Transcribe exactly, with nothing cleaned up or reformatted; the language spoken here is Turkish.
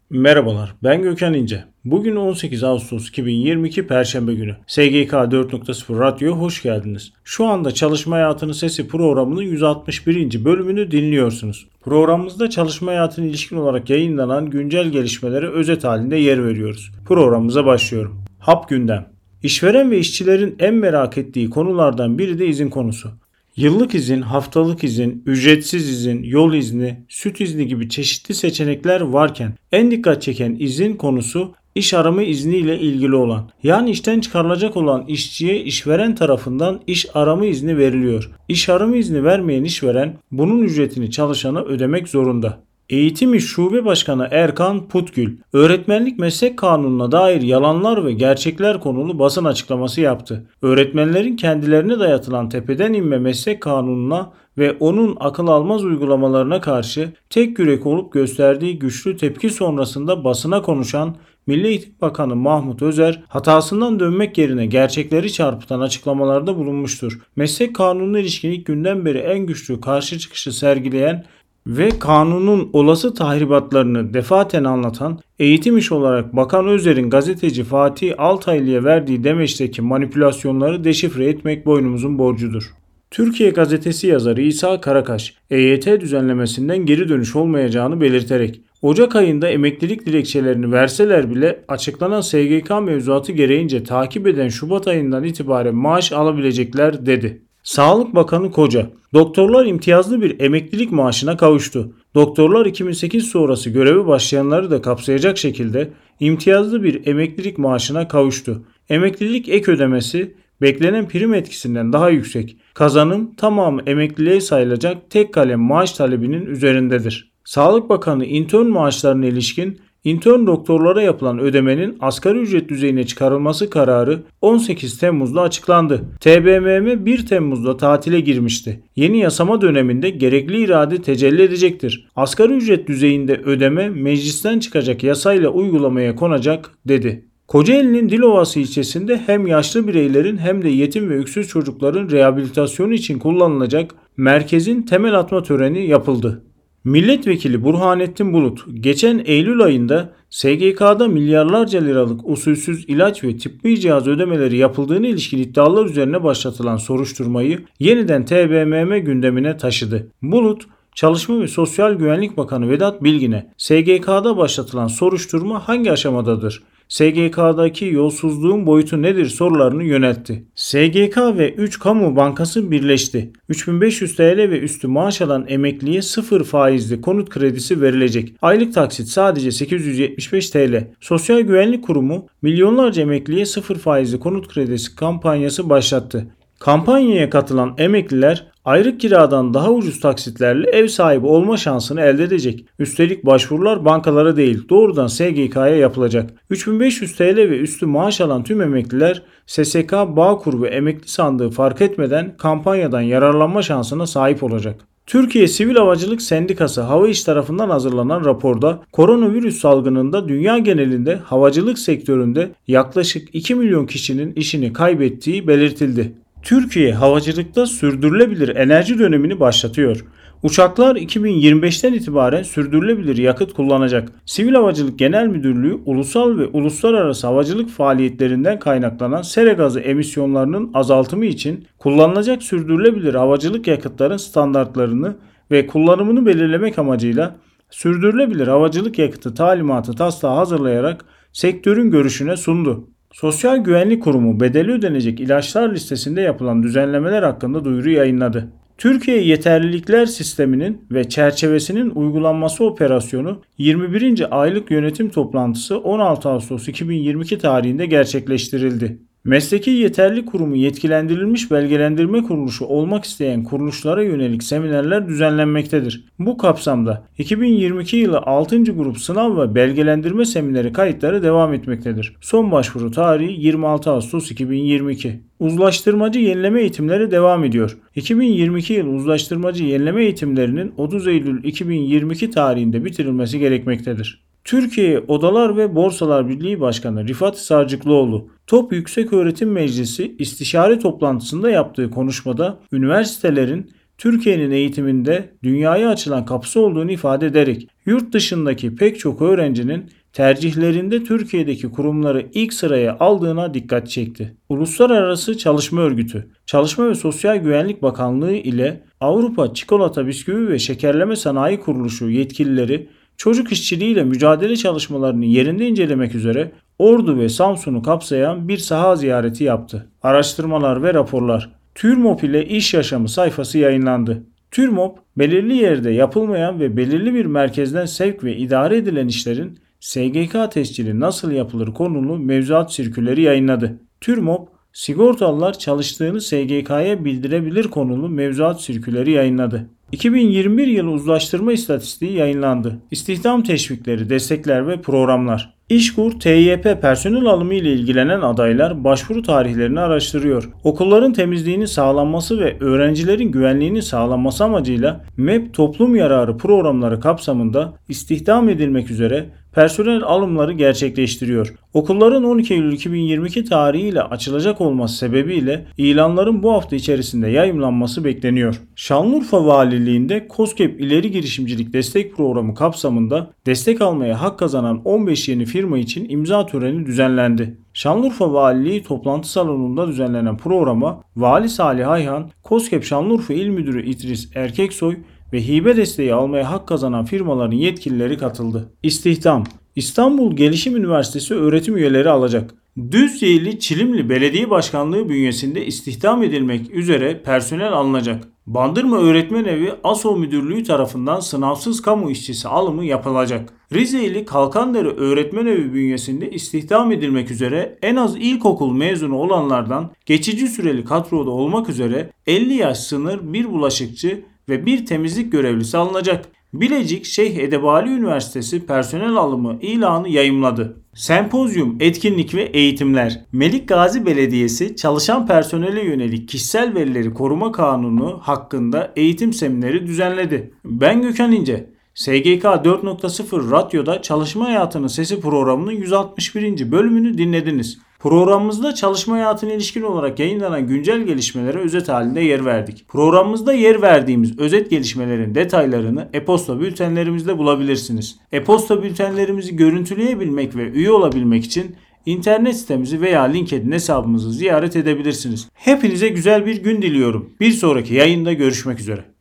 Merhabalar, ben Gökhan İnce. Bugün on sekiz Ağustos iki bin yirmi iki Perşembe günü. S G K dört nokta sıfır Radyo'ya hoş geldiniz. Şu anda Çalışma Hayatının Sesi programının yüz altmış birinci bölümünü dinliyorsunuz. Programımızda çalışma hayatına ilişkin olarak yayınlanan güncel gelişmelere özet halinde yer veriyoruz. Programımıza başlıyorum. Hap gündem. İşveren ve işçilerin en merak ettiği konulardan biri de izin konusu. Yıllık izin, haftalık izin, ücretsiz izin, yol izni, süt izni gibi çeşitli seçenekler varken en dikkat çeken izin konusu iş arama izni ile ilgili olan. Yani işten çıkarılacak olan işçiye işveren tarafından iş arama izni veriliyor. İş arama izni vermeyen işveren bunun ücretini çalışana ödemek zorunda. Eğitim İş Şube Başkanı Erkan Putgül, öğretmenlik meslek kanununa dair yalanlar ve gerçekler konulu basın açıklaması yaptı. Öğretmenlerin kendilerine dayatılan tepeden inme meslek kanununa ve onun akıl almaz uygulamalarına karşı tek yürek olup gösterdiği güçlü tepki sonrasında basına konuşan Milli Eğitim Bakanı Mahmut Özer, hatasından dönmek yerine gerçekleri çarpıtan açıklamalarda bulunmuştur. Meslek kanununa ilişkin ilk günden beri en güçlü karşı çıkışı sergileyen ve kanunun olası tahribatlarını defaten anlatan Eğitim İş olarak Bakan Özer'in gazeteci Fatih Altaylı'ya verdiği demeçteki manipülasyonları deşifre etmek boynumuzun borcudur. Türkiye Gazetesi yazarı İsa Karakaş, E Y T düzenlemesinden geri dönüş olmayacağını belirterek, Ocak ayında emeklilik dilekçelerini verseler bile açıklanan S G K mevzuatı gereğince takip eden Şubat ayından itibaren maaş alabilecekler dedi. Sağlık Bakanı Koca, doktorlar imtiyazlı bir emeklilik maaşına kavuştu. Doktorlar iki bin sekiz sonrası göreve başlayanları da kapsayacak şekilde imtiyazlı bir emeklilik maaşına kavuştu. Emeklilik ek ödemesi beklenen prim etkisinden daha yüksek. Kazanım tamamı emekliliğe sayılacak tek kalem maaş talebinin üzerindedir. Sağlık Bakanı intern maaşlarına ilişkin İntern doktorlara yapılan ödemenin asgari ücret düzeyine çıkarılması kararı on sekiz Temmuz'da açıklandı. T B M M bir Temmuz'da tatile girmişti. Yeni yasama döneminde gerekli irade tecelli edecektir. Asgari ücret düzeyinde ödeme meclisten çıkacak yasayla uygulamaya konacak dedi. Kocaeli'nin Dilovası ilçesinde hem yaşlı bireylerin hem de yetim ve öksüz çocukların rehabilitasyonu için kullanılacak merkezin temel atma töreni yapıldı. Milletvekili Burhanettin Bulut, geçen Eylül ayında S G K'da milyarlarca liralık usulsüz ilaç ve tıbbi cihaz ödemeleri yapıldığına ilişkin iddialar üzerine başlatılan soruşturmayı yeniden T B M M gündemine taşıdı. Bulut, Çalışma ve Sosyal Güvenlik Bakanı Vedat Bilgin'e S G K'da başlatılan soruşturma hangi aşamadadır? S G K'daki yolsuzluğun boyutu nedir sorularını yöneltti. S G K ve üç kamu bankası birleşti. üç bin beş yüz T L ve üstü maaş alan emekliye sıfır faizli konut kredisi verilecek. Aylık taksit sadece sekiz yüz yetmiş beş T L. Sosyal Güvenlik Kurumu milyonlarca emekliye sıfır faizli konut kredisi kampanyası başlattı. Kampanyaya katılan emekliler ayrık kiradan daha ucuz taksitlerle ev sahibi olma şansını elde edecek. Üstelik başvurular bankalara değil doğrudan S G K'ya yapılacak. üç bin beş yüz T L ve üstü maaş alan tüm emekliler S S K, Bağkur ve emekli sandığı fark etmeden kampanyadan yararlanma şansına sahip olacak. Türkiye Sivil Havacılık Sendikası Hava İş tarafından hazırlanan raporda koronavirüs salgınında dünya genelinde havacılık sektöründe yaklaşık iki milyon kişinin işini kaybettiği belirtildi. Türkiye havacılıkta sürdürülebilir enerji dönemini başlatıyor. Uçaklar iki bin yirmi beşten itibaren sürdürülebilir yakıt kullanacak. Sivil Havacılık Genel Müdürlüğü ulusal ve uluslararası havacılık faaliyetlerinden kaynaklanan sera gazı emisyonlarının azaltımı için kullanılacak sürdürülebilir havacılık yakıtların standartlarını ve kullanımını belirlemek amacıyla sürdürülebilir havacılık yakıtı talimatı taslağı hazırlayarak sektörün görüşüne sundu. Sosyal Güvenlik Kurumu bedeli ödenecek ilaçlar listesinde yapılan düzenlemeler hakkında duyuru yayınladı. Türkiye Yeterlilikler Sistemi'nin ve çerçevesinin uygulanması operasyonu yirmi birinci aylık yönetim toplantısı on altı Ağustos iki bin yirmi iki tarihinde gerçekleştirildi. Mesleki Yeterlilik Kurumu yetkilendirilmiş belgelendirme kuruluşu olmak isteyen kuruluşlara yönelik seminerler düzenlenmektedir. Bu kapsamda iki bin yirmi iki yılı altıncı grup sınav ve belgelendirme semineri kayıtları devam etmektedir. Son başvuru tarihi yirmi altı Ağustos iki bin yirmi iki. Uzlaştırmacı yenileme eğitimleri devam ediyor. iki bin yirmi iki yıl uzlaştırmacı yenileme eğitimlerinin otuz Eylül iki bin yirmi iki tarihinde bitirilmesi gerekmektedir. Türkiye Odalar ve Borsalar Birliği Başkanı Rifat Sarcıklıoğlu, Top Yükseköğretim Meclisi istişare toplantısında yaptığı konuşmada üniversitelerin Türkiye'nin eğitiminde dünyaya açılan kapısı olduğunu ifade ederek yurt dışındaki pek çok öğrencinin tercihlerinde Türkiye'deki kurumları ilk sıraya aldığına dikkat çekti. Uluslararası Çalışma Örgütü, Çalışma ve Sosyal Güvenlik Bakanlığı ile Avrupa Çikolata, Bisküvi ve Şekerleme Sanayi Kuruluşu yetkilileri çocuk işçiliğiyle mücadele çalışmalarını yerinde incelemek üzere Ordu ve Samsun'u kapsayan bir saha ziyareti yaptı. Araştırmalar ve raporlar. TÜRMOP ile İş Yaşamı sayfası yayınlandı. TÜRMOP, belirli yerde yapılmayan ve belirli bir merkezden sevk ve idare edilen işlerin S G K tescili nasıl yapılır konulu mevzuat sirküleri yayınladı. TÜRMOP, sigortalılar çalıştığını S G K'ya bildirebilir konulu mevzuat sirküleri yayınladı. iki bin yirmi bir yılı uzlaştırma istatistiği yayınlandı. İstihdam teşvikleri, destekler ve programlar. İşkur, T Y P personel alımı ile ilgilenen adaylar başvuru tarihlerini araştırıyor. Okulların temizliğinin sağlanması ve öğrencilerin güvenliğinin sağlanması amacıyla M E P toplum yararı programları kapsamında istihdam edilmek üzere personel alımları gerçekleştiriyor. Okulların on iki Eylül iki bin yirmi iki tarihiyle açılacak olması sebebiyle ilanların bu hafta içerisinde yayımlanması bekleniyor. Şanlıurfa Valiliğinde KOSGEB İleri Girişimcilik Destek Programı kapsamında destek almaya hak kazanan on beş yeni firma için imza töreni düzenlendi. Şanlıurfa Valiliği toplantı salonunda düzenlenen programa Vali Salih Ayhan, KOSGEB Şanlıurfa İl Müdürü İdris Erkeksoy ve hibe desteği almaya hak kazanan firmaların yetkilileri katıldı. İstihdam. İstanbul Gelişim Üniversitesi öğretim üyeleri alacak. Düzce'li Çilimli Belediye Başkanlığı bünyesinde istihdam edilmek üzere personel alınacak. Bandırma Öğretmenevi ASO Müdürlüğü tarafından sınavsız kamu işçisi alımı yapılacak. Rize'li Kalkandere Öğretmenevi bünyesinde istihdam edilmek üzere en az ilkokul mezunu olanlardan geçici süreli kadroda olmak üzere elli yaş sınır bir bulaşıkçı ve bir temizlik görevlisi alınacak. Bilecik Şeyh Edebali Üniversitesi personel alımı ilanı yayımladı. Sempozyum, etkinlik ve eğitimler. Melik Gazi Belediyesi çalışan personele yönelik kişisel verileri koruma kanunu hakkında eğitim semineri düzenledi. Ben Gökhan İnce. S G K dört nokta sıfır Radyo'da Çalışma Hayatının Sesi programının yüz altmış birinci bölümünü dinlediniz. Programımızda çalışma hayatına ilişkin olarak yayınlanan güncel gelişmelere özet halinde yer verdik. Programımızda yer verdiğimiz özet gelişmelerin detaylarını e-posta bültenlerimizde bulabilirsiniz. E-posta bültenlerimizi görüntüleyebilmek ve üye olabilmek için internet sitemizi veya LinkedIn hesabımızı ziyaret edebilirsiniz. Hepinize güzel bir gün diliyorum. Bir sonraki yayında görüşmek üzere.